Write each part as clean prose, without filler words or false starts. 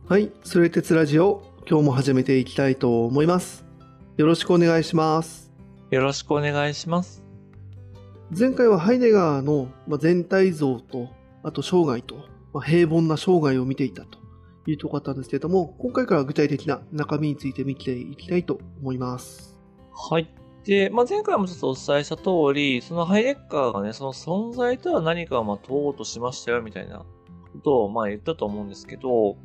はい、それ鉄ラジオ、今日も始めていきたいと思います。よろしくお願いします。 よろしくお願いします。 前回はハイデガーの全体像と、あと生涯と、平凡な生涯を見ていたというところだったんですけれども、今回から具体的な中身について見ていきたいと思います。 はい。で、前回もちょっとお伝えした通り、そのハイデッカーがね、その問題とは何かを問おうとしましたよ、みたいなことを言ったと思うんですけど、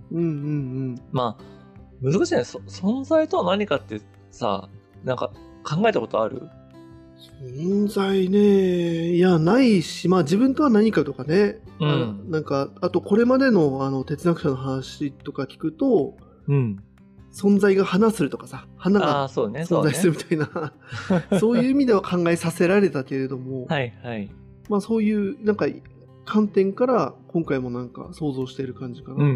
難しいね。存在とは何かってさ、なんか考えたことある？ 存在ね、いや、ないし、自分とは何かとかね、あとこれまでの哲学者の話とか聞くと、存在が花するとかさ、花が存在するみたいな、そういう意味では考えさせられたけれども、そういう観点から今回も想像している感じかな。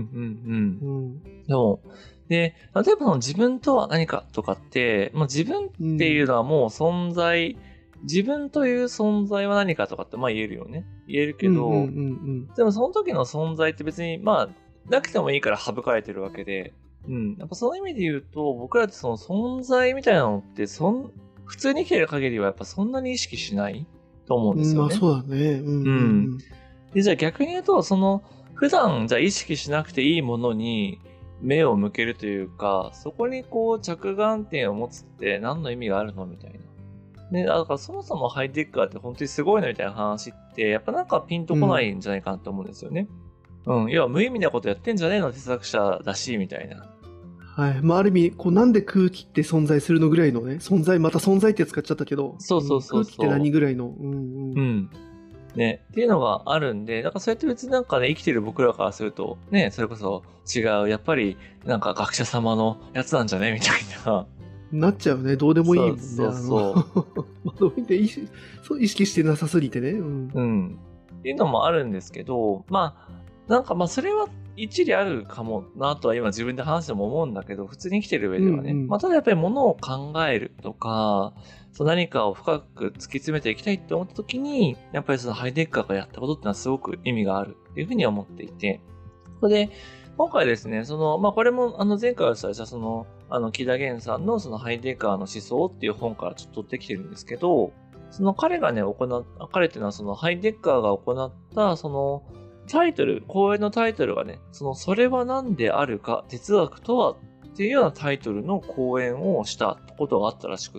で、例えば自分とは何かとかって、自分っていうのはもう存在、自分という存在は何かとかって言えるよね。言えるけど、でもその時の存在って別になくてもいいから省かれてるわけで、やっぱその意味で言うと、僕らってその存在みたいなのって普通に生きてる限りはやっぱそんなに意識しないと思うんですよね。 そうだね。 で、じゃあ逆に言うと、普段じゃあ意識しなくていいものに目を向けるというか、そこに着眼点を持つって何の意味があるのみたいな。ね、だからそもそもハイデッカーって本当にすごいのみたいな話って、やっぱピンとこないんじゃないかなと思うんですよね。要は無意味なことやってんじゃねえの哲学者だし、みたいな。 はい。ある意味、なんで空気って存在するのぐらいのね、また存在って使っちゃったけど、空気って何ぐらいの。 ね、っていうのがあるんで、だからそうやって別に生きてる僕らからすると、ね、それこそ違う、やっぱり学者様のやつなんじゃねみたいな。 なっちゃうね。どうでもいいもんね。 そう意識してなさすぎてね。 っていうのもあるんですけど、それは一理あるかもなとは今自分で話しても思うんだけど、普通に生きてる上ではね。ただやっぱり物を考えるとか、何かを深く突き詰めていきたいって思った時に、やっぱりハイデッカーがやったことってのはすごく意味があるっていうふうに思っていて、それで、今回ですね、これも前回お伝えした木田源さんのハイデッカーの思想っていう本からちょっと取ってきてるんですけど、彼がね、彼っていうのはハイデッカーが行ったタイトル、講演のタイトルがね、それは何であるか、哲学とはっていうようなタイトルの講演をしたことがあったらしくって、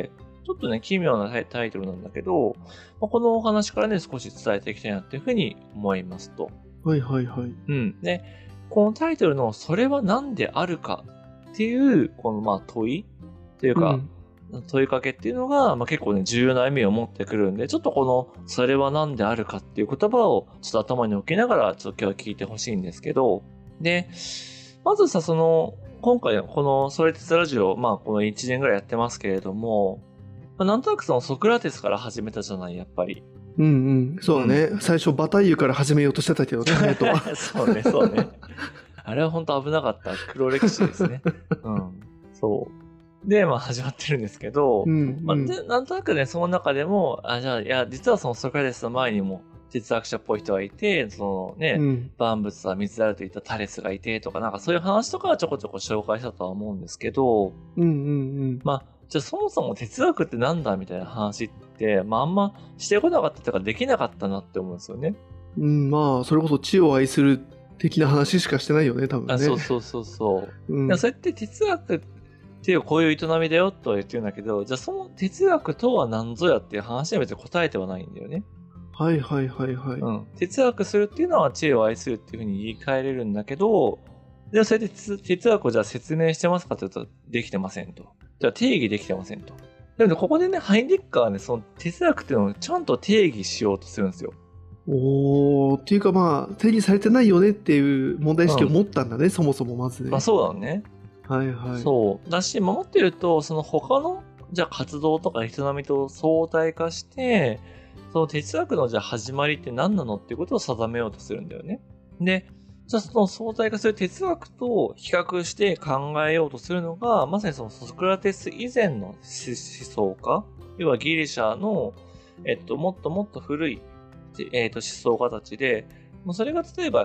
ちょっとね、奇妙なタイトルなんだけど、このお話からね、少し伝えていきたいなっていうふうに思いますと。 はいはいはい。 で、このタイトルのそれは何であるかっていう、この問いというか、問いかけっていうのが、結構ね、重要な意味を持ってくるんで、ちょっとそれは何であるかっていう言葉をちょっと頭に置きながら、ちょっと今日は聞いてほしいんですけど、で、まずさ、今回このそれ鉄ラジオ、この1年ぐらいやってますけれども、なんとなくソクラテスから始めたじゃない、やっぱり。 そうだね。最初バタイユから始めようとしてたけどね、 そうね。あれは本当危なかった黒歴史ですね。そう。で、始まってるんですけど、なんとなくね、その中でも、実はソクラテスの前にも哲学者っぽい人がいて、万物は水であるといったタレスがいてとか、そういう話とかはちょこちょこ紹介したとは思うんですけど、じゃあそもそも哲学ってなんだみたいな話って、あんましてこなかったというかできなかったなって思うんですよね。 それこそ知を愛する的な話しかしてないよね、多分ね。 そう。そうやって哲学っていうこういう営みだよとは言ってるんだけど、じゃあその哲学とは何ぞやっていう話は別に答えてはないんだよね。 はい。 哲学するっていうのは知恵を愛するっていうふうに言い換えれるんだけど、じゃあそれで哲学をじゃあ説明してますかというとできてませんと。じゃあ定義できてませんと。なのでここでね、ハイデッカーはね、その哲学っていうのをちゃんと定義しようとするんですよ。 っていうか定義されてないよねっていう問題意識を持ったんだね、そもそもまずね。 そうだね。 はい。 そうだし、守ってると、他のじゃあ活動とか営みと相対化して、その哲学のじゃあ始まりって何なのっていうことを定めようとするんだよね。で、じゃあその相対化する哲学と比較して考えようとするのが、まさにソクラテス以前の思想家、要はギリシャの、もっともっと古い、思想家たちで、それが例えば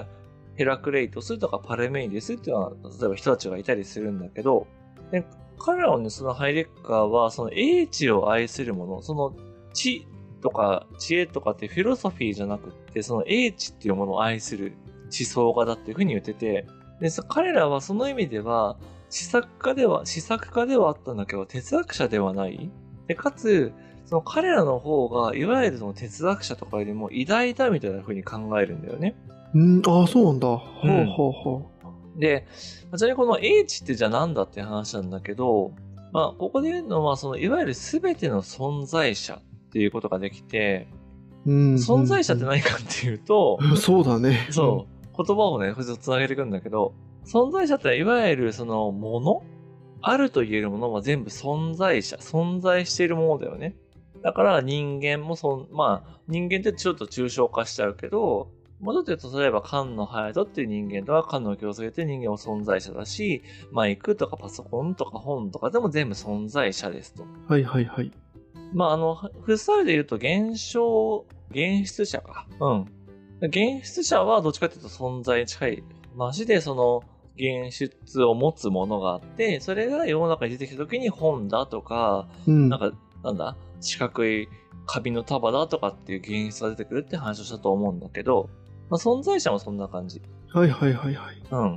ヘラクレイトスとかパルメイデスっていうのは、例えば人たちがいたりするんだけど、で彼らをね、そのハイデッカーは、その英知を愛するもの、その知とか知恵とかってフィロソフィーじゃなくって、その英知っていうものを愛する思想家だっていうふうに言ってて、で、彼らはその意味では、思索家ではあったんだけど、哲学者ではない。で、かつ、その彼らの方が、いわゆるその哲学者とかよりも偉大だみたいな風に考えるんだよね。 ああ、そうなんだ。ほうほうほう。で、ちなみにこの英知ってじゃあなんだって話なんだけど、まあ、ここで言うのは、その、いわゆる全ての存在者っていうことができて、存在者って何かっていうと、 そうだね。 そう。言葉をね、つなげていくんだけど、存在者っていわゆるそのものあると言えるものは全部存在者、存在しているものだよね。だから人間もまあ、人間ってちょっと抽象化しちゃうけど、もうちょっと言うと、例えば菅野隼人っていう人間とは菅野京介っていう人間も存在者だし、マイクとかパソコンとか本とかでも全部存在者ですと。 はいはいはい。 まあフッサルで言うと現出者か。現出者はどっちかっていうと存在に近い話で、その現出を持つものがあって、それが世の中に出てきた時に本だとか、四角いカビの束だとかっていう現実が出てくるって話をしたと思うんだけど、まあ、存在者もそんな感じ。 はいはいはいはい。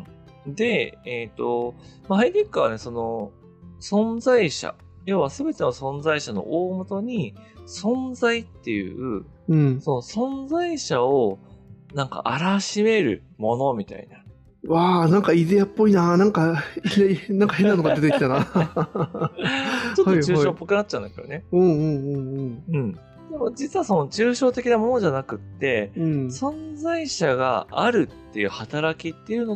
で、ハイデッカーはね、その、存在者、要は全ての存在者の大元に、存在っていう、その存在者を、なんか、荒らしめるものみたいな。 わあ、なんかイデアっぽいな。なんか変なのが出てきたな。 ちょっと抽象っぽくなっちゃうんだけどね。でも実はその抽象的なものじゃなくって、存在者があるっていう働きっていうのって、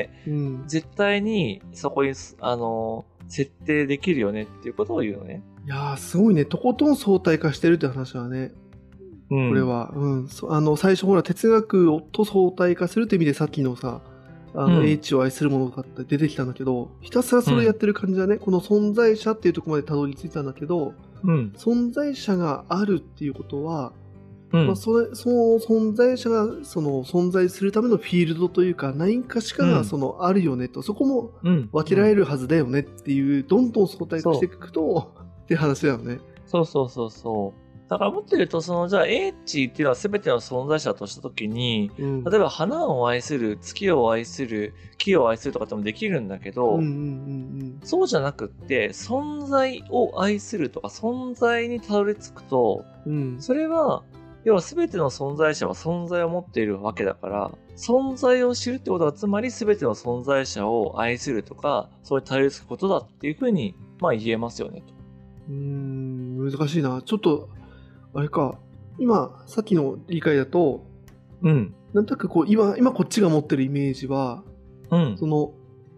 絶対にそこに、設定できるよねっていうことを言うのね。 いやー、すごいね。とことん相対化してるって話はね。これは。最初ほら、哲学と相対化するって意味でさっきのさ、英知を愛するものが出てきたんだけど、ひたすらそれやってる感じだね。この存在者っていうところまでたどり着いたんだけど、存在者があるっていうことは、まあ、その存在者がその存在するためのフィールドというか何かしかがあるよねと、そこも分けられるはずだよねっていう、どんどん相対化していくとって話だよね。 そう。だからもっと言うと、じゃあ、英知っていうのは全ての存在者としたときに、例えば花を愛する、月を愛する、木を愛するとかってもできるんだけど、そうじゃなくって、存在を愛するとか、存在にたどり着くと、それは、要は全ての存在者は存在を持っているわけだから、存在を知るってことは、つまり全ての存在者を愛するとか、そういうたどり着くことだっていうふうに、まあ言えますよねと。 難しいな。ちょっと、あれか、今、さっきの理解だと、なんとなくこう、今こっちが持ってるイメージは、その、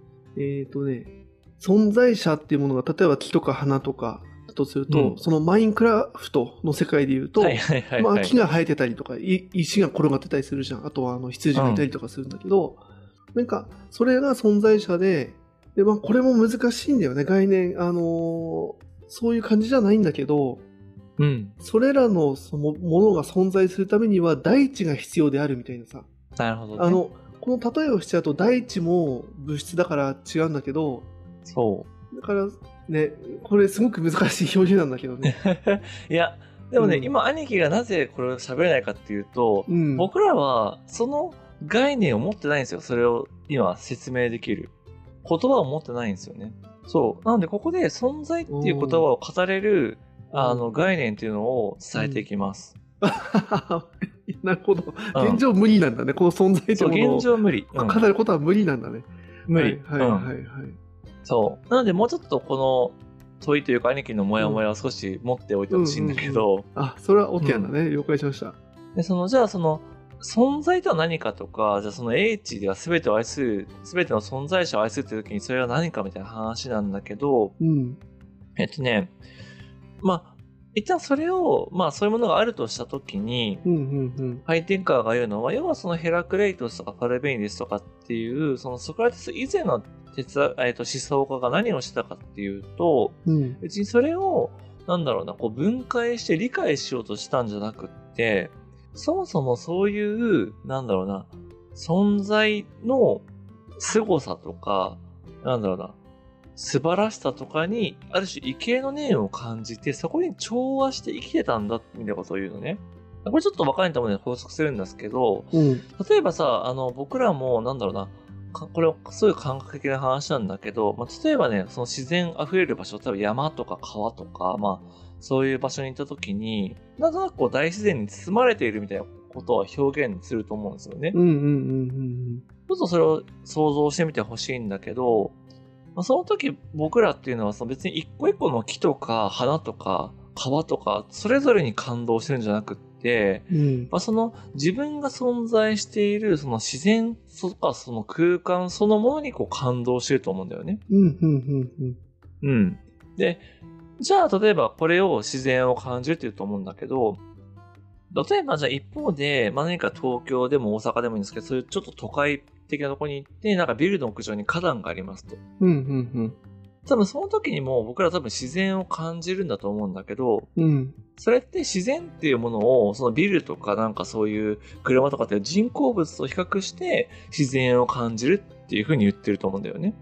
存在者っていうものが、例えば木とか花とかだとすると、そのマインクラフトの世界で言うと、木が生えてたりとか、石が転がってたりするじゃん。あとは羊がいたりとかするんだけど、なんか、それが存在者で、まあ、これも難しいんだよね、概念。そういう感じじゃないんだけど、それらのものが存在するためには大地が必要であるみたいなさ。 なるほどね。 この例えをしちゃうと大地も物質だから違うんだけど、だからね、これすごく難しい表現なんだけどね。 いや、でもね、今兄貴がなぜこれを喋れないかっていうと、僕らはその概念を持ってないんですよ。それを今説明できる。言葉を持ってないんですよね。そう。なのでここで存在っていう言葉を語れる概念っていうのを伝えていきます。 なるほど。現状無理なんだね。この存在っていうものを。 現状無理。 語ることは無理なんだね。 無理。 はい。 そう。なのでもうちょっとこの問いというか兄貴のモヤモヤを少し持っておいてほしいんだけど。 それは OK なんだね。了解しました。 で、じゃあ存在とは何かとか、じゃあその英知では全ての存在者を愛するって時にそれは何かみたいな話なんだけど、まあ、一旦それを、まあそういうものがあるとしたときに、ハイデッカーが言うのは、要はそのヘラクレイトスとかパルベイニスとかっていう、そのソクラテス以前の思想家が何をしてたかっていうと、別にそれを、こう分解して理解しようとしたんじゃなくって、そもそもそういう、 存在の凄さとか、なんだろうな、素晴らしさとかに、ある種畏敬の念を感じて、そこに調和して生きてたんだ、みたいなことを言うのね。これちょっと分かれたもので法則するんですけど、例えばさ、僕らも、なんだろうな、これはすごい感覚的な話なんだけど、例えばね、その自然溢れる場所、例えば山とか川とか、そういう場所に行った時に、なんとなくこう大自然に包まれているみたいなことは表現すると思うんですよね。ちょっとそれを想像してみてほしいんだけど、その時僕らっていうのは別に一個一個の木とか花とか川とかそれぞれに感動してるんじゃなくって、その自分が存在しているその自然とかその空間そのものにこう感動してると思うんだよね。で、じゃあ例えばこれを自然を感じるって言うと思うんだけど、例えばじゃあ一方で、何か東京でも大阪でもいいんですけど、そういうちょっと都会的なところに行って、なんかビルの屋上に花壇がありますと。多分その時にも僕ら多分自然を感じるんだと思うんだけど、それって自然っていうものをそのビルとかなんかそういう車とかっていう人工物と比較して自然を感じるっていう風に言ってると思うんだよね。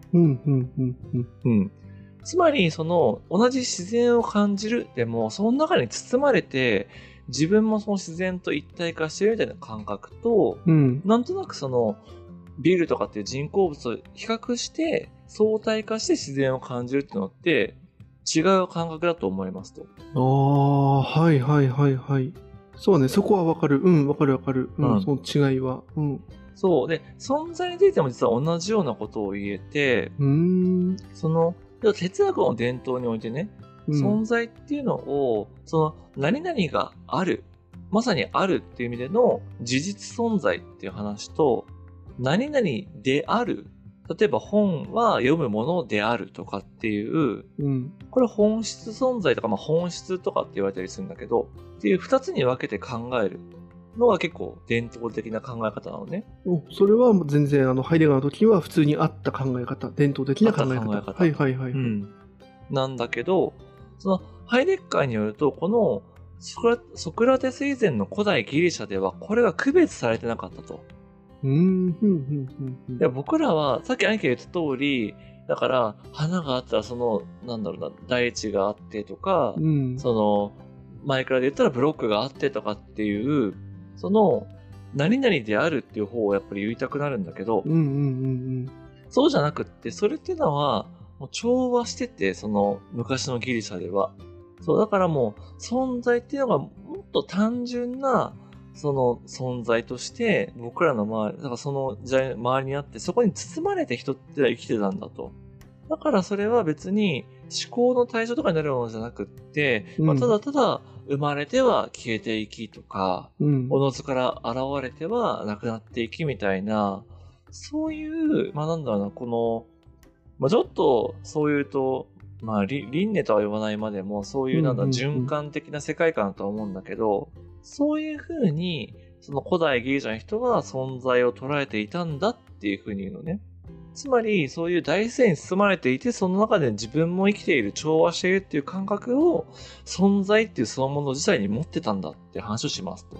つまりその同じ自然を感じるでもその中に包まれて自分もその自然と一体化してるみたいな感覚と、なんとなくそのビルとかっていう人工物と比較して相対化して自然を感じるっていうのって違う感覚だと思いますと。 はいはいはいはい。そうね、そこはわかる。わかるわかる。その違いは。 そう。で、存在についても実は同じようなことを言えて、その、哲学の伝統においてね、存在っていうのを、その、何々がある、まさにあるっていう意味での事実存在っていう話と、何々である、例えば本は読むものであるとかっていう、これ本質存在とか、本質とかって言われたりするんだけど、っていう二つに分けて考えるのが結構伝統的な考え方なのね。 それは全然ハイデガーの時は普通にあった考え方、伝統的な考え方。はいはいはい。 なんだけど、そのハイデッカーによると、このソクラテス以前の古代ギリシャではこれが区別されてなかったと。僕らはさっき兄貴が言った通り、だから花があったらその大地があってとか、その前からで言ったらブロックがあってとかっていうその何々であるっていう方をやっぱり言いたくなるんだけど、そうじゃなくってそれっていうのはもう調和してて、その昔のギリシャではそうだからもう存在っていうのがもっと単純なその存在として僕らの周り、だからその周りにあってそこに包まれて人っては生きてたんだと。だからそれは別に思考の対象とかになるものじゃなくって、ただただ生まれては消えていきとか、おのずから現れてはなくなっていきみたいな、そういう、この、ちょっとそういうと、輪廻とは言わないまでも、そういう循環的な世界観だとは思うんだけど、そういう風に、その古代ギリシャの人は存在を捉えていたんだっていう風に言うのね。つまり、そういう大自然に包まれていて、その中で自分も生きている、調和しているっていう感覚を、存在っていうそのもの自体に持ってたんだっていう話をしますと。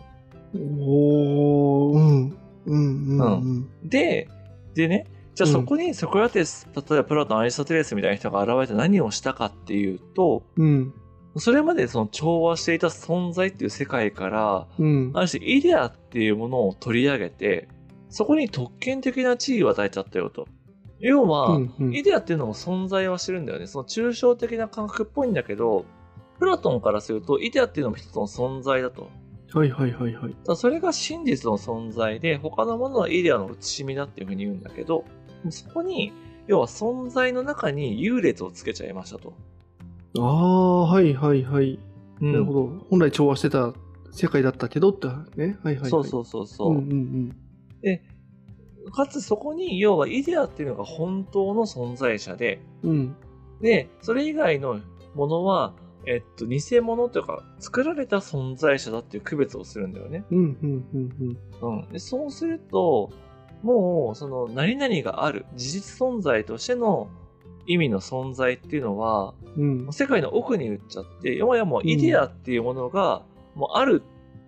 でね、じゃあそこにソクラテス、例えばプラトン、アリストテレスみたいな人が現れて何をしたかっていうと、それまでその調和していた存在っていう世界から、ある種イデアっていうものを取り上げて、そこに特権的な地位を与えちゃったよと。要は、イデアっていうのも存在はしてるんだよね。その抽象的な感覚っぽいんだけど、プラトンからするとイデアっていうのも一つの存在だと。それが真実の存在で、他のものはイデアの写しみだっていうふうに言うんだけど、そこに、要は存在の中に優劣をつけちゃいましたと。 なるほど。本来調和してた世界だったけどってね。 そう。で、かつそこに、要はイデアっていうのが本当の存在者で、で、それ以外のものは、偽物というか、作られた存在者だっていう区別をするんだよね。でそうすると、もう、その、何々がある、事実存在としての意味の存在っていうのは、世界の奥に売っちゃって、要はもうイデアっていうものが、もうある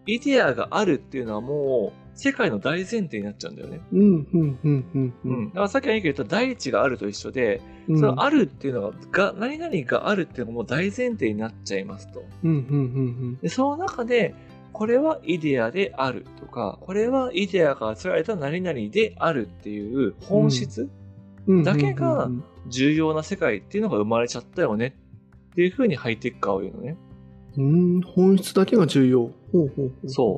イデアがあるっていうのはもう世界の大前提になっちゃうんだよね。だからさっき言った大地があると一緒で、そのあるっていうのが、何々があるっていうのがもう大前提になっちゃいますと。でその中で、これはイデアであるとか、これはイデアが作られた何々であるっていう本質だけが重要な世界っていうのが生まれちゃったよねっていう風にハイテク化を言うのね。 本質だけが重要。 そう。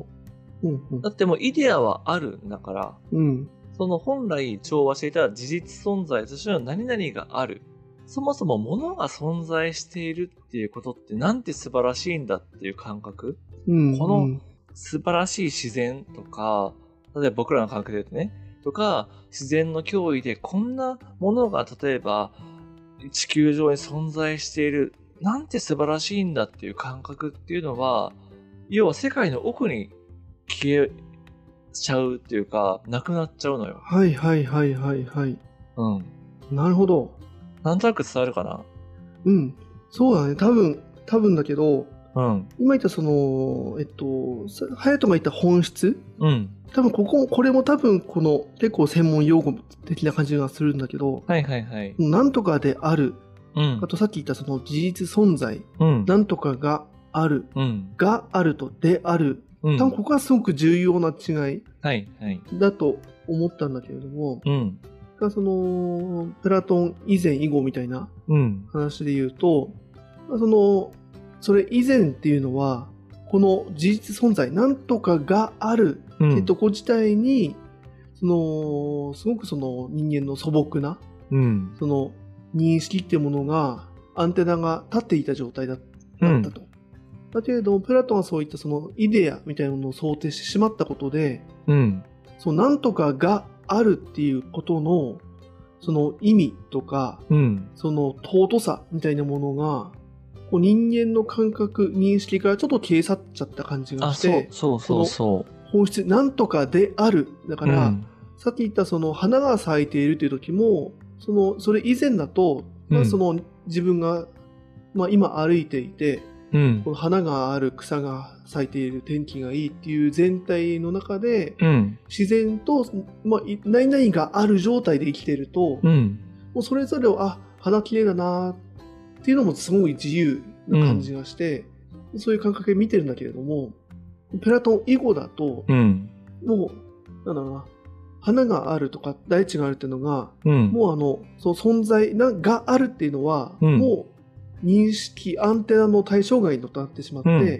だってもうイデアはあるんだから、その本来調和していた事実存在としての何々がある。そもそも物が存在しているっていうことってなんて素晴らしいんだっていう感覚。この素晴らしい自然とか、例えば僕らの感覚で言うとね、とか、自然の脅威でこんなものが例えば地球上に存在している。なんて素晴らしいんだっていう感覚っていうのは、要は世界の奥に消えちゃうっていうか、なくなっちゃうのよ。 なるほど。 なんとなく伝わるかな？ そうだね。多分だけど、今言ったその、隼人が言った本質、多分これも多分この結構専門用語的な感じがするんだけど、なんとかである。あとさっき言ったその事実存在、なんとかがある、があるとである、多分ここはすごく重要な違いだと思ったんだけれども、そのプラトン以前以後みたいな話で言うと、それ以前っていうのはこの事実存在なんとかがあるってとこ自体に、すごくその人間の素朴な、その認識っていうものがアンテナが立っていた状態だったと。だけれどもプラトンはそういったそのイデアみたいなものを想定してしまったことで、そのなんとかがあるっていうことのその意味とか、その尊さみたいなものがこう人間の感覚認識からちょっと消え去っちゃった感じがして、本質なんとかであるだから、さっき言ったその花が咲いているという時もそれ以前だと、その自分が、今歩いていて、この花がある、草が咲いている、天気がいいっていう全体の中で、自然と、何々がある状態で生きていると、もうそれぞれを花綺麗だなっていうのもすごい自由な感じがして、そういう感覚で見てるんだけれども、プラトン以後だと、もうなんだろうな、花があるとか大地があるっていうのが、もうその存在があるっていうのは、もう認識アンテナの対象外になってしまって、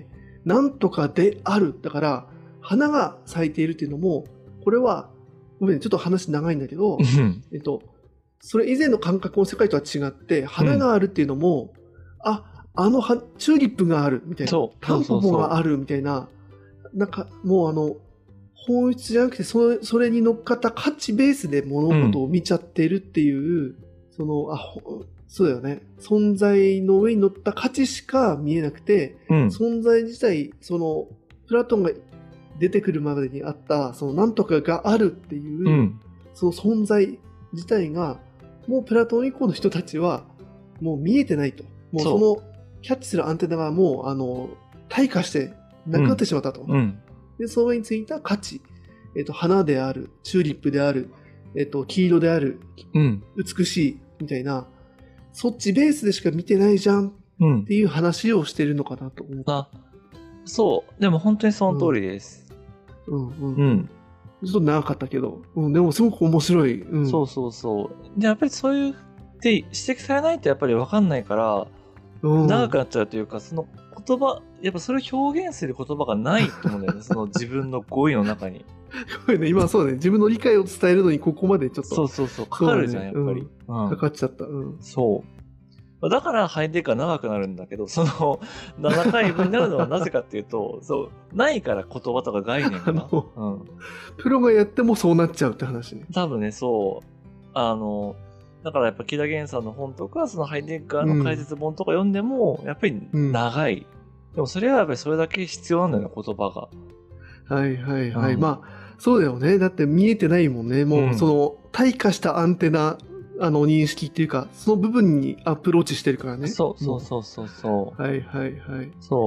なんとかであるだから花が咲いているっていうのもこれはごめんちょっと話長いんだけどそれ以前の感覚の世界とは違って花があるっていうのも、チューリップがあるみたいな、タンポポがあるみたいな、なんかもう本質じゃなくてそれに乗っかった価値ベースで物事を見ちゃってるっていう、そうだよね、存在の上に乗った価値しか見えなくて、存在自体プラトンが出てくるまでにあったそのなんとかがあるっていう、その存在自体がもうプラトン以降の人たちはもう見えてないと、もうそのキャッチするアンテナがもう退化してなくなってしまったと、でそれについた価値、花である、チューリップである、黄色である、美しいみたいな、そっちベースでしか見てないじゃんっていう話をしてるのかなと思った。 そうでも本当にその通りです。 ちょっと長かったけど、でもすごく面白い。 でやっぱりそういうって指摘されないとやっぱり分かんないから、長くなっちゃうというか、その言葉、やっぱそれを表現する言葉がないと思うんだよね。その自分の語彙の中に。 今そうね、自分の理解を伝えるのにここまでちょっと。 かかるじゃん、やっぱり。 かかっちゃった。 だからハイテクは長くなるんだけど、その7回分になるのはなぜかっていうと、ないから言葉とか概念が。 プロがやってもそうなっちゃうって話ね。 多分ね、だからやっぱ木田源さんの本とか、そのハイテクの解説本とか読んでも、やっぱり長い。でもそれはやっぱりそれだけ必要なんだよね、言葉が。 そうだよね。だって見えてないもんね。もうその退化したアンテナ、認識っていうか、その部分にアプローチしてるからね。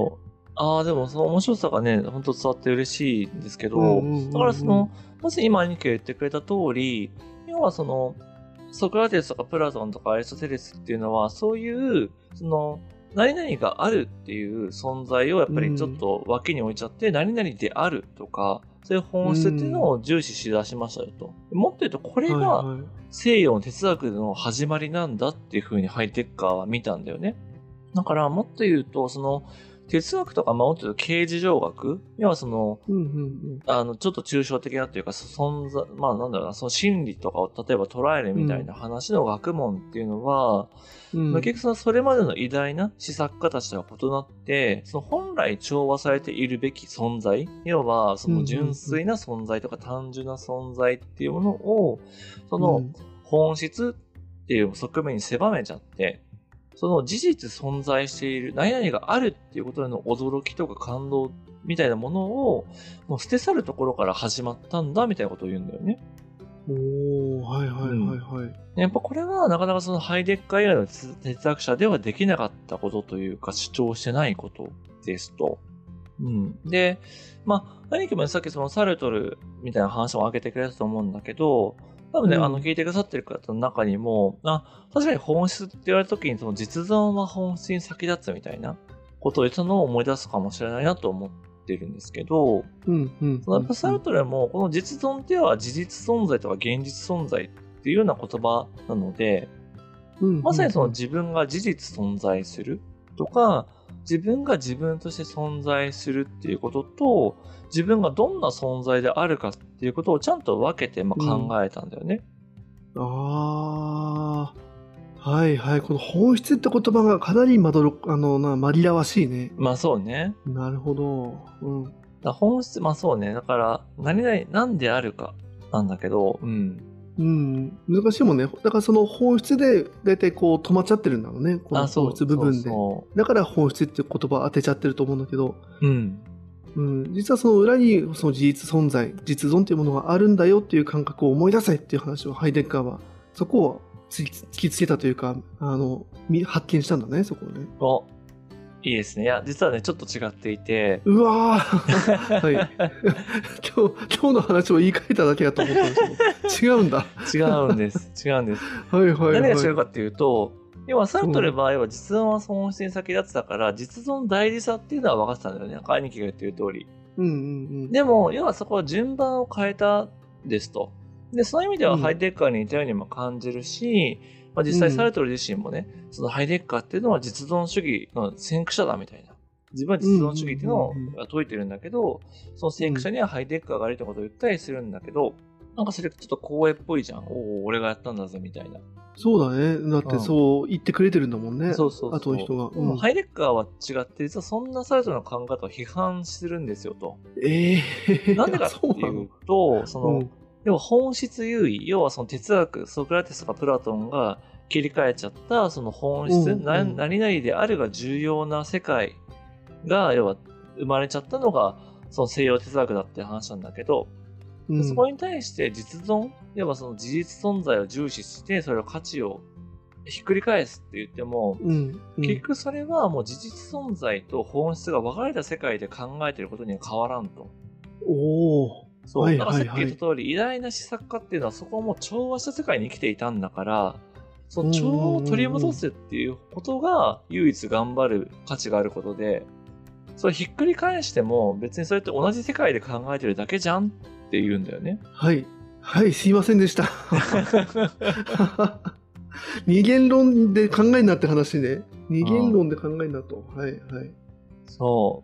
でもその面白さがね、本当伝わって嬉しいんですけど、だからもし今兄貴が言ってくれた通り、要はソクラテスとかプラトンとかアリストテレスっていうのは、そういう、何々があるっていう存在をやっぱりちょっと脇に置いちゃって、何々であるとか、そういう本質っていうのを重視しだしましたよと。もっと言うと、これが西洋の哲学の始まりなんだっていう風にハイテッカーは見たんだよね。だからもっと言うと、哲学とか、もっと言うと形而上学、要はちょっと抽象的なというか、存在、なんだろうな、その心理とかを例えば捉えるみたいな話の学問っていうのは、結局それまでの偉大な思索家たちとは異なって、本来調和されているべき存在、要は純粋な存在とか単純な存在っていうものを、本質っていう側面に狭めちゃって、その事実存在している何々があるっていうことへの驚きとか感動みたいなものをもう捨て去るところから始まったんだみたいなことを言うんだよね。 はいはいはいはい。 やっぱこれはなかなかハイデッカー以外の哲学者ではできなかったことというか主張してないことですと。で、兄貴もさっきサルトルみたいな話も挙げてくれたと思うんだけど、多分ね、聞いてくださってる方の中にも、確かに本質って言われた時に、実存は本質に先立つみたいなことを言ったのを思い出すかもしれないなと思ってるんですけど、やっぱサルトルも、この実存っていうのは事実存在とか現実存在っていうような言葉なので、まさに自分が事実存在するとか、自分が自分として存在するっていうことと、自分がどんな存在であるかっていうことをちゃんと分けて考えたんだよね。 はいはい。この本質って言葉がかなり紛らわしいね。 そうね。 なるほど。 本質、そうね。だから、何々、なんであるかなんだけど、 難しいもんね。だからその本質で大体止まっちゃってるんだろうね。この本質部分で。だから本質って言葉当てちゃってると思うんだけど。実はその裏にその事実存在、実存というものがあるんだよっていう感覚を思い出せっていう話をハイデッカーはそこを突きつけたというか、発見したんだね、そこをね。 いいですね。いや、実はね、ちょっと違っていて。 うわーはい。今日の話を言い換えただけだと思ったんですけど、違うんだ。 違うんです。はいはいはい。何が違うかっていうと、要はサルトルの場合は実存は本質に先立つだから、実存大事さっていうのは分かってたんだよね。兄貴が言ってる通り。でも、要はそこは順番を変えたですと。で、その意味ではハイデッカーに似たようにも感じるし、実際サルトル自身もね、そのハイデッカーっていうのは実存主義の先駆者だみたいな。自分は実存主義っていうのを説いてるんだけど、その先駆者にはハイデッカーがあるってことを言ったりするんだけど、なんかそれちょっと光栄っぽいじゃん。俺がやったんだぜみたいな。 そうだね。だってそう言ってくれてるんだもんね。そう。後の人が。 ハイデッカーは違って、実はそんなサルトルの考え方を批判するんですよと。なんでかっていうと、要は本質優位、要はその哲学、ソクラテスとかプラトンが切り替えちゃったその本質、何々であるが重要な世界が、要は生まれちゃったのが、その西洋哲学だって話なんだけど、そこに対して実存、要はその事実存在を重視して、それを価値をひっくり返すって言っても、結局それはもう事実存在と本質が分かれた世界で考えていることには変わらんと。そう。だからさっき言った通り、偉大な思索家っていうのはそこをもう調和した世界に生きていたんだから、その調和を取り戻すっていうことが唯一頑張る価値があることで、それひっくり返しても別にそれって同じ世界で考えてるだけじゃんって言うんだよね。 はい。はい、すいませんでした。二元論で考えんなって話ね。二元論で考えんなと。はいはい。 そう。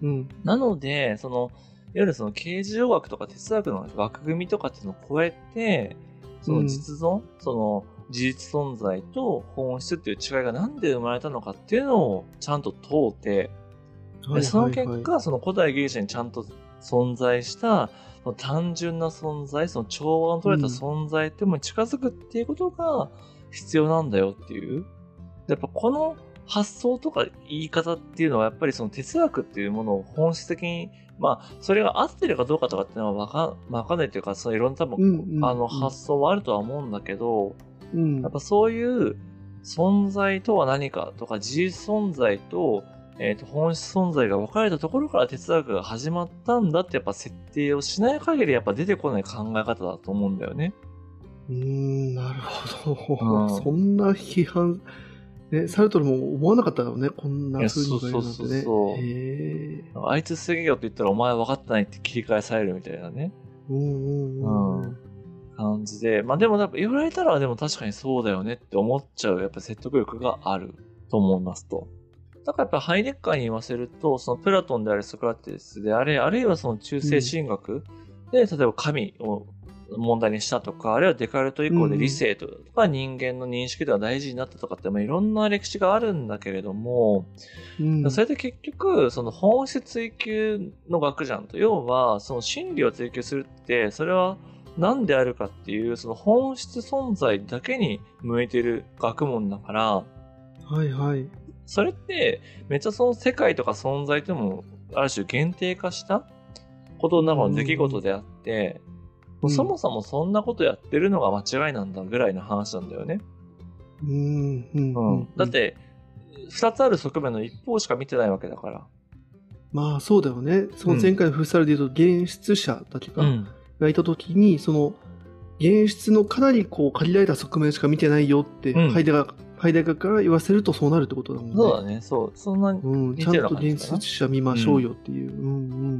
なので、いわゆるその形而上学とか哲学の枠組みとかっていうのを超えて、その実存、その事実存在と本質っていう違いがなんで生まれたのかっていうのをちゃんと問うて、その結果、その古代ギリシャにちゃんと存在した、その単純な存在、その調和の取れた存在っていうのに近づくっていうことが必要なんだよっていう。やっぱこの発想とか言い方っていうのはやっぱりその哲学っていうものを本質的に、それが合ってるかどうかとかっていうのはわかんないというか、いろんな多分、発想はあるとは思うんだけど、やっぱそういう存在とは何かとか、事実存在と本質存在が分かれたところから哲学が始まったんだってやっぱ設定をしない限りやっぱ出てこない考え方だと思うんだよね。 なるほど。そんな批判、ね、サルトルも思わなかっただろうね、こんな風に言われるなんてね。 そうあいつすげえよって言ったらお前分かってないって切り返されるみたいなね。感じで。まあでも言われたらでも確かにそうだよねって思っちゃうやっぱ説得力があると思いますと。だからやっぱハイデッカーに言わせると、そのプラトンであれソクラテスであれ、あるいはその中世神学で、例えば神を問題にしたとか、あるいはデカルト以降で理性とか人間の認識では大事になったとかって、いろんな歴史があるんだけれども、それで結局、その本質追求の学じゃんと。要は、その真理を追求するって、それは何であるかっていう、その本質存在だけに向いてる学問だから、 はいはい。 それって、めっちゃその世界とか存在とも、ある種限定化したことの中の出来事であって、そもそもそんなことやってるのが間違いなんだぐらいの話なんだよね。だって、二つある側面の一方しか見てないわけだから。 まあそうだよね。その前回のフッサルで言うと、現出者だけがいたときに、その現実のかなりこう限られた側面しか見てないよって、ハイデガーから言わせるとそうなるってことだもんね。 そうだね、そう。そんなにちゃんと現実者見ましょうよっていう。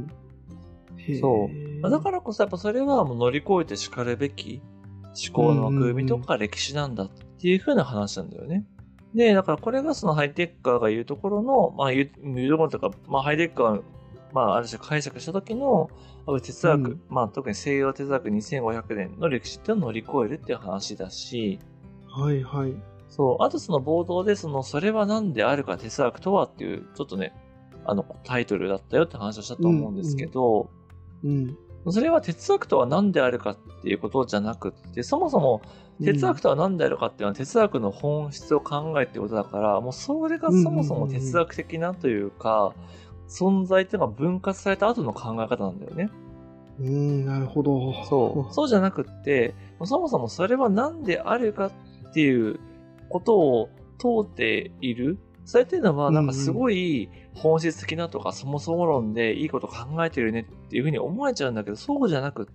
そう。だからこそやっぱそれはもう乗り越えてしかるべき思考の枠組みとか歴史なんだっていう風な話なんだよね。で、だからこれがそのハイデッカーが言うところの、言うところとか、ハイデッカーが、ある種解釈した時の、哲学、特に西洋哲学2500年の歴史っていうのを乗り越えるっていう話だし、 はいはい。 そう。あとその冒頭でそれは何であるか哲学とはっていう、ちょっとね、タイトルだったよって話をしたと思うんですけど、それは哲学とは何であるかっていうことじゃなくって、そもそも哲学とは何であるかっていうのは哲学の本質を考えってことだから、もうそれがそもそも哲学的なというか、存在っていうのが分割された後の考え方なんだよね。 なるほど。 そうじゃなくって、そもそもそれは何であるかっていうことを問うている。それっていうのはなんかすごい本質的なとかそもそも論でいいこと考えてるねっていうふうに思えちゃうんだけど、そうじゃなくって、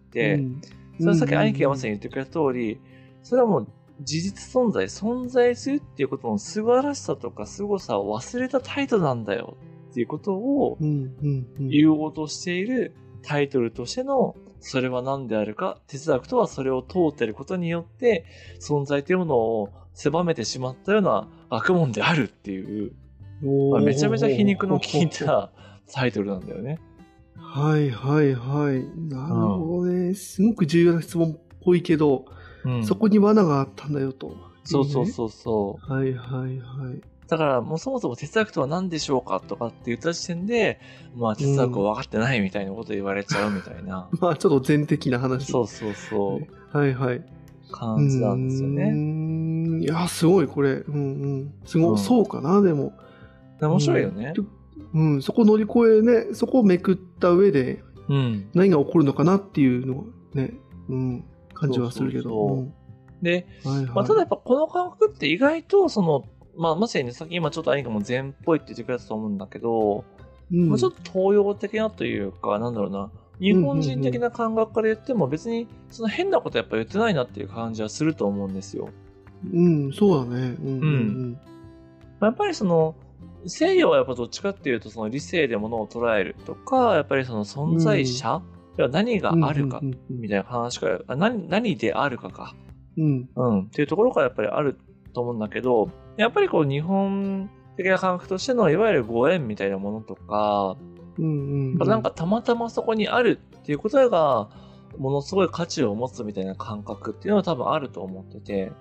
それさっき兄貴がまさに言ってくれた通り、それはもう事実存在するっていうことの素晴らしさとか凄さを忘れた態度なんだよっていうことを言おうとしているタイトルとしての、それは何であるか、哲学とはそれを問うていることによって存在というものを狭めてしまったような学問であるっていう、めちゃめちゃ皮肉の効いたタイトルなんだよね。 はいはいはい。なるほどね。すごく重要な質問っぽいけど、そこに罠があったんだよと。 そう。 はいはいはい。 だからもうそもそも哲学とは何でしょうかとかって言った時点で、哲学を分かってないみたいなこと言われちゃうみたいな。 ちょっと全的な話。 そう。 はいはい。 感じなんですよね。 いや、すごいこれ。すごい、そうかな、でも。 面白いよね。 そこ乗り越えね、そこをめくった上で、何が起こるのかなっていうのをね、感じはするけど。 で、ただやっぱこの感覚って意外とまさにね、さっき今ちょっと兄貴も禅っぽいって言ってくれたと思うんだけど、ちょっと東洋的なというか、日本人的な感覚から言っても別にその変なことやっぱ言ってないなっていう感じはすると思うんですよ。 そうだね。 やっぱり西洋はやっぱどっちかっていうと理性で物を捉えるとか、やっぱり存在者、何があるかみたいな話から、何であるかか。っていうところからやっぱりあると思うんだけど、やっぱり日本的な感覚としてのいわゆるご縁みたいなものとか、なんかたまたまそこにあるっていうことがものすごい価値を持つみたいな感覚っていうのは多分あると思ってて、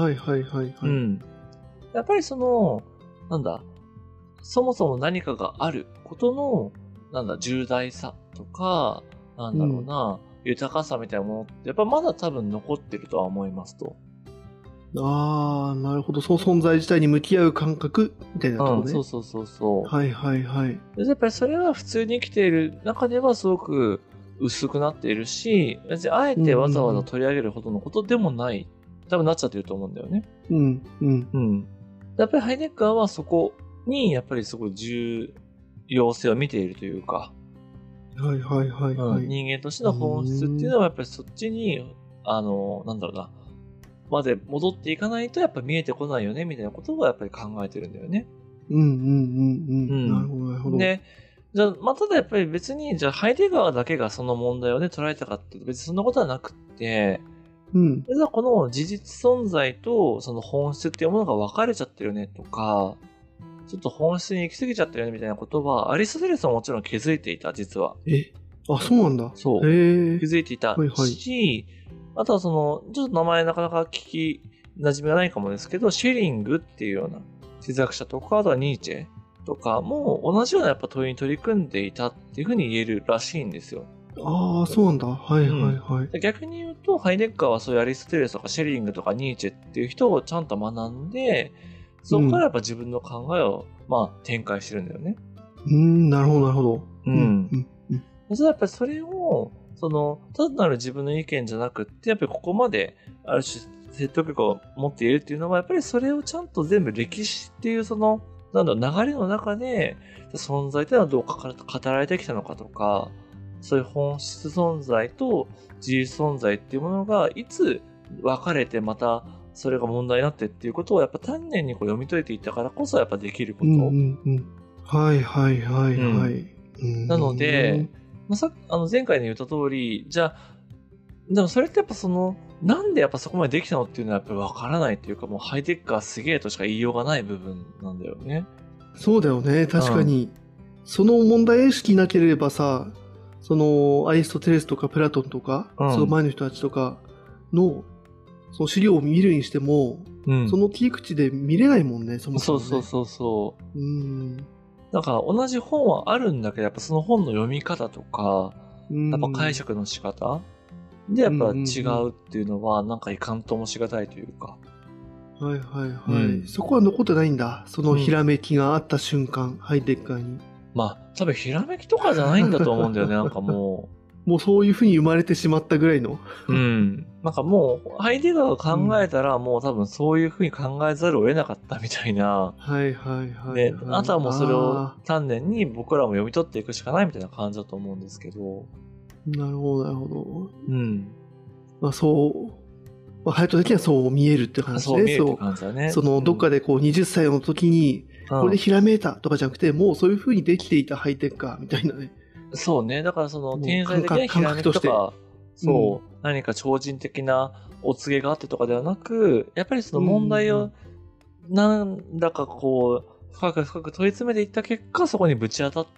やっぱりそもそも何かがあることの重大さとか豊かさみたいなものってやっぱまだ多分残ってるとは思いますと。 なるほど。その存在自体に向き合う感覚みたいなところね。 そう。 はいはいはい。 やっぱりそれは普通に生きている中ではすごく薄くなっているし、別にあえてわざわざ取り上げるほどのことでもない、多分なっちゃってると思うんだよね。やっぱりハイデッカーはそこに、やっぱりすごい重要性を見ているというか、 はいはいはいはい。 人間としての本質っていうのは、やっぱりそっちに、なんだろうな、まで戻っていかないと、やっぱ見えてこないよね、みたいなことをやっぱり考えてるんだよね。 うんうんうんうん。なるほどなるほど。 で、じゃあ、まあ、ただやっぱり別に、じゃあ、ハイデガーだけがその問題をね、捉えたかっていうと、別にそんなことはなくって、 うん。 実はこの事実存在とその本質っていうものが分かれちゃってるねとか、ちょっと本質に行き過ぎちゃってるねみたいなことは、アリストテレスはもちろん気づいていた、実は。 あ、そうなんだ。 そう。 へえ。 気づいていたはいはい。 し、あとはその、ちょっと名前なかなか聞き馴染みがないかもですけど、シェリングっていうような哲学者とか、あとはニーチェとかも同じようなやっぱ問いに取り組んでいたっていうふうに言えるらしいんですよ。 ああ、そうなんだ。はいはいはい。 逆に言うと、ハイデッカーはそういうアリストテレスとかシェリングとかニーチェっていう人をちゃんと学んで、そこからやっぱ自分の考えを、まあ、展開してるんだよね。 なるほどなるほど。 やっぱりそれを、単なる自分の意見じゃなくって、やっぱりここまで、ある種、説得力を持っているっていうのは、やっぱりそれをちゃんと全部歴史っていう流れの中で、存在っていうのはどう語られてきたのかとか、そういう本質存在と事実存在っていうものが、いつ分かれてまた、それが問題になってっていうことを、やっぱ丹念にこう読み解いていったからこそ、やっぱできること。 はいはいはいはい。 なので、前回で言った通り、じゃあ、でもそれってやっぱなんでやっぱそこまでできたのっていうのはやっぱりわからないっていうか、もうハイテッカーすげえとしか言いようがない部分なんだよね。 そうだよね、確かに。その問題意識なければさ、アリストテレスとかプラトンとか、その前の人たちとかの、その資料を見るにしても、その切り口で見れないもんね、そもそもね。 そう。だから同じ本はあるんだけど、やっぱその本の読み方とか、やっぱ解釈の仕方でやっぱ違うっていうのは、なんかいかんともしがたいというか。 はいはいはい。そこは残ってないんだ。そのひらめきがあった瞬間、ハイテッカーに。 まあ、多分ひらめきとかじゃないんだと思うんだよね、なんかもう。 もうそういう風に生まれてしまったぐらいの。 なんかもう、ハイデガーが考えたら、もう多分そういう風に考えざるを得なかったみたいな。 はいはいはい。 で、あとはもうそれを丹念に僕らも読み取っていくしかないみたいな感じだと思うんですけど。 なるほどなるほど。まあそう、まあ、ハヤト的にはそう見えるって感じね。 そう見えるって感じだね。 どっかでこう20歳の時に、これでひらめいたとかじゃなくて、もうそういう風にできていたハイテッカーみたいなね。 そうね。だから天才的なひらめきとか、何か超人的なお告げがあってとかではなく、やっぱりその問題を、なんだかこう、深く問い詰めていった結果、そこにぶち当たって、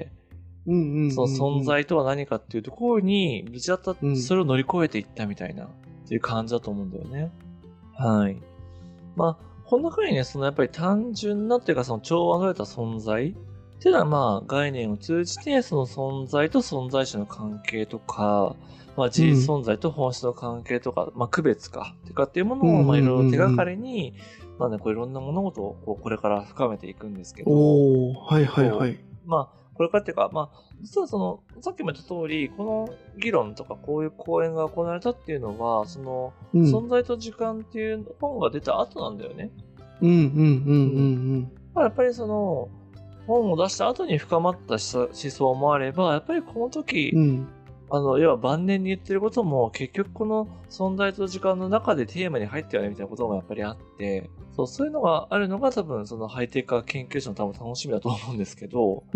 その存在とは何かっていうところにぶち当たって、それを乗り越えていったみたいな、っていう感じだと思うんだよね。はい。まあ、この中にね、やっぱり単純なっていうか、調和の取れた存在っていうのは、まあ、概念を通じて、その存在と存在者の関係とか、まあ、事実存在と本質の関係とか、まあ、区別か、っていうものを、まあ、いろいろ手がかりに、まあね、こういろんな物事をこれから深めていくんですけど。 はいはいはい。 まあ、これからっていうか、まあ、実はさっきも言った通り、この議論とかこういう講演が行われたっていうのは、存在と時間っていう本が出た後なんだよね。やっぱり本を出した後に深まった思想もあれば、やっぱりこの時、要は晩年に言ってることも、結局この存在と時間の中でテーマに入ってるねみたいなこともやっぱりあって、そういうのがあるのが多分ハイテク化研究者の多分楽しみだと思うんですけど、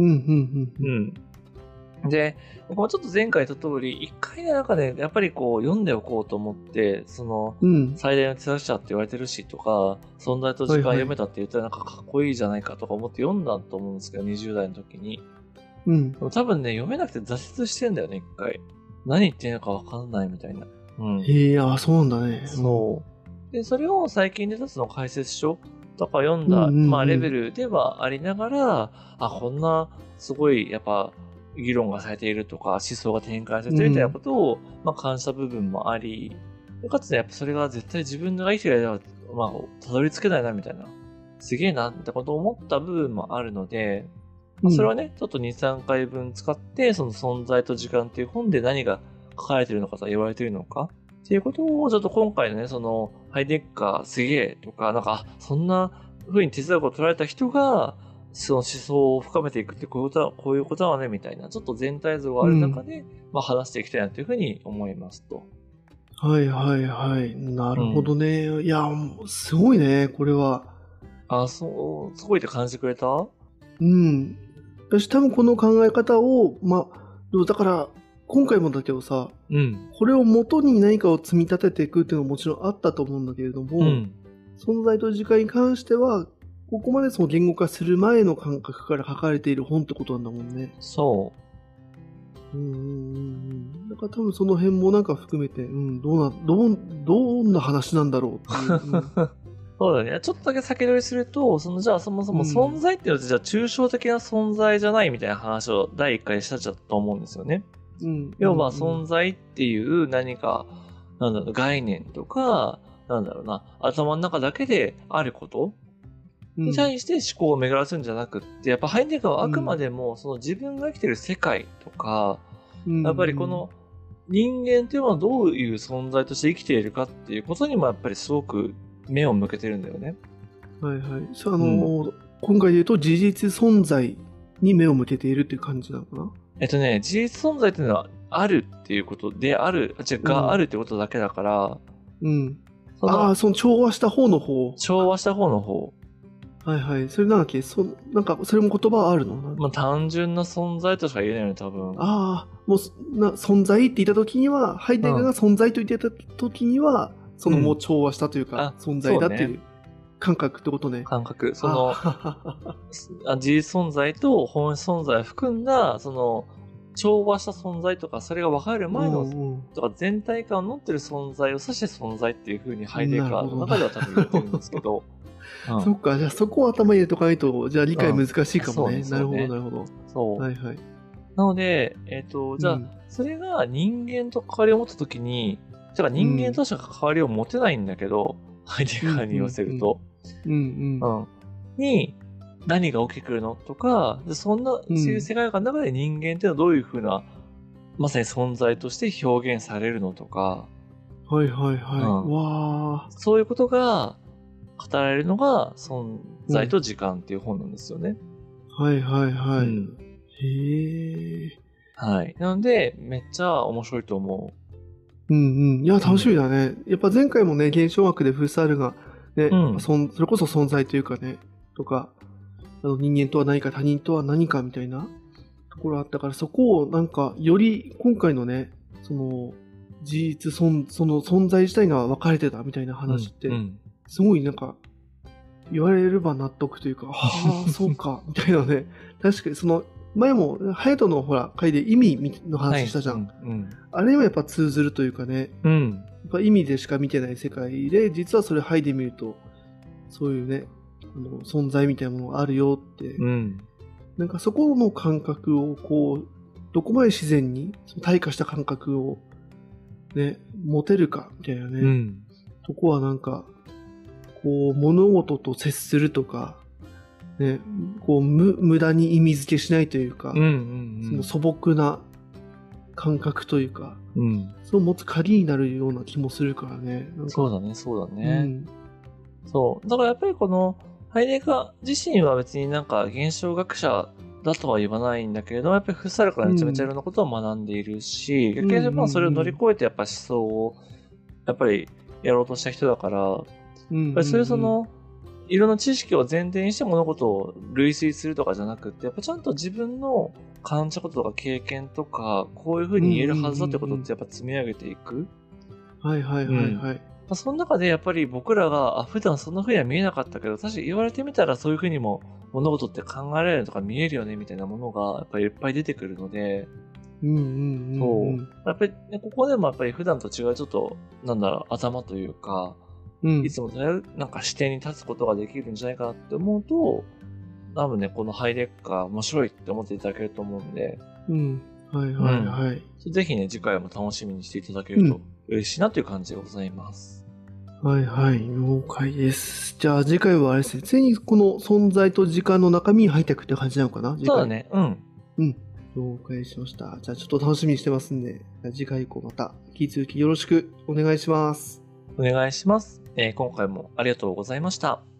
で、僕もちょっと前回言った通り、一回ね、なんかね、やっぱりこう読んでおこうと思って、最大の哲学者って言われてるしとか、存在と時間読めたって言ったらなんかかっこいいじゃないかとか思って読んだと思うんですけど、20代の時に。多分ね、読めなくて挫折してんだよね、一回。何言ってんのかわかんないみたいな。 そうなんだね。 で、それを最近出た解説書とか読んだ、まあレベルではありながら、こんなすごい、やっぱ、議論がされているとか、思想が展開されているみたいなことを、まあ感じた部分もあり、かつね、やっぱそれが絶対自分が生きてる間は、まあ、たどり着けないな、みたいな。すげえな、ってことを思った部分もあるので、それはね、ちょっと2、3回分使って、存在と時間っていう本で何が書かれているのかと言われているのかっていうことを、ちょっと今回のね、ハイデッカーすげえとか、なんか、そんな風に哲学を捉えた人が、 その思想を深めていくってこういうことはね、みたいな、ちょっと全体像がある中で、話していきたいなというふうに思いますと。 はいはいはい。なるほどね。いや、すごいね、これは。 すごいって感じてくれた？ 私多分この考え方を、だから、今回もだけどさ、これを元に何かを積み立てていくっていうのももちろんあったと思うんだけれども、存在と時間に関しては、ここまでその言語化する前の感覚から書かれている本ってことなんだもんね。 そう。 だから多分その辺もなんか含めて、どんな話なんだろうっていう。 そうだね。ちょっとだけ先取りすると、じゃあそもそも存在っていうのは、じゃあ抽象的な存在じゃないみたいな話を第1回でしたと思うんですよね。要は存在っていう何か、概念とか、頭の中だけであることに対して思考を巡らすんじゃなくって、やっぱハイデガーはあくまでもその自分が生きてる世界とか、やっぱりこの人間っていうのはどういう存在として生きているかっていうことにもやっぱりすごく目を向けてるんだよね。 はいはい。今回で言うと事実存在に目を向けているっていう感じなのかな？ 事実存在っていうのはあるっていうことである、があるってことだけだから、 その調和した方の方。 調和した方の方。 はいはい。それなんだっけ？なんか、それも言葉あるの？ 単純な存在としか言えないよね、多分。 もう、存在って言った時には、ハイデガーが存在と言ってた時には、もう調和したというか、存在だっていう感覚ってことね。 感覚。事実存在と本質存在を含んだ、調和した存在とか、それが分かる前の、とか全体感を持ってる存在を指して存在っていう風にハイデガーの中では多分言ってるんですけど。 そっか、じゃあそこを頭に入れとかないと、じゃあ理解難しいかもね。なるほど、なるほど。 そう。 はいはい。 なので、じゃあ、それが人間と関わりを持ったときに、だから人間としては関わりを持てないんだけど、ハイデガーに言わせると。に、何が起きてくるのとか、そういう世界観の中で人間っていうのはどういうふうな、まさに存在として表現されるのとか。 はいはいはい。 そういうことが語られるのが存在と時間っていう本なんですよね。 はいはいはい。へえ。 はい。なので、めっちゃ面白いと思う。いや、楽しみだね。やっぱ前回もね、現象学でフッサールが、ね、それこそ存在というかね、とか、人間とは何か他人とは何かみたいなところあったから、そこをなんか、より今回のね、事実その存在自体が分かれてたみたいな話って、すごいなんか、言われれば納得というか、そうか、みたいなね。確かに前も、ハヤトのほら、回で意味の話したじゃん。あれはやっぱ通ずるというかね、やっぱ意味でしか見てない世界で、実はそれハイで見ると、そういうね、存在みたいなものがあるよって、なんかそこの感覚をどこまで自然に退化した感覚をね持てるかみたいなね、とこはなんか物事と接するとかね、無駄に意味付けしないというか、その素朴な感覚というか、そう持つ鍵になるような気もするからね。 そうだね、そうだね。そう。だからやっぱりこのハイデガー自身は別になんか現象学者だとは言わないんだけれども、やっぱりフッサールからめちゃめちゃいろんなことを学んでいるし、逆にそれを乗り越えてやっぱ思想をやっぱりやろうとした人だから、やっぱりそういういろんな知識を前提にして物事を類推するとかじゃなくて、やっぱちゃんと自分の感じたこととか経験とか、こういうふうに言えるはずだってことってやっぱ積み上げていく。 はいはいはいはい。 その中でやっぱり僕らが普段そんな風には見えなかったけど、確かに言われてみたらそういう風にも物事って考えられるとか見えるよねみたいなものがやっぱりいっぱい出てくるので、そう。やっぱり、ね、ここでもやっぱり普段と違うちょっと、頭というか、いつもとなんか視点に立つことができるんじゃないかなって思うと、多分ね、このハイデッカー面白いって思っていただけると思うんで、 はいはいはい。 ぜひね、次回も楽しみにしていただけると嬉しいなという感じでございます。 はいはい、了解です。じゃあ次回はあれですね、ついにこの存在と時間の中身に入っていくって感じなのかな？ そうだね、 了解しました。じゃあちょっと楽しみにしてますんで、次回以降また引き続きよろしくお願いします。 お願いします。今回もありがとうございました。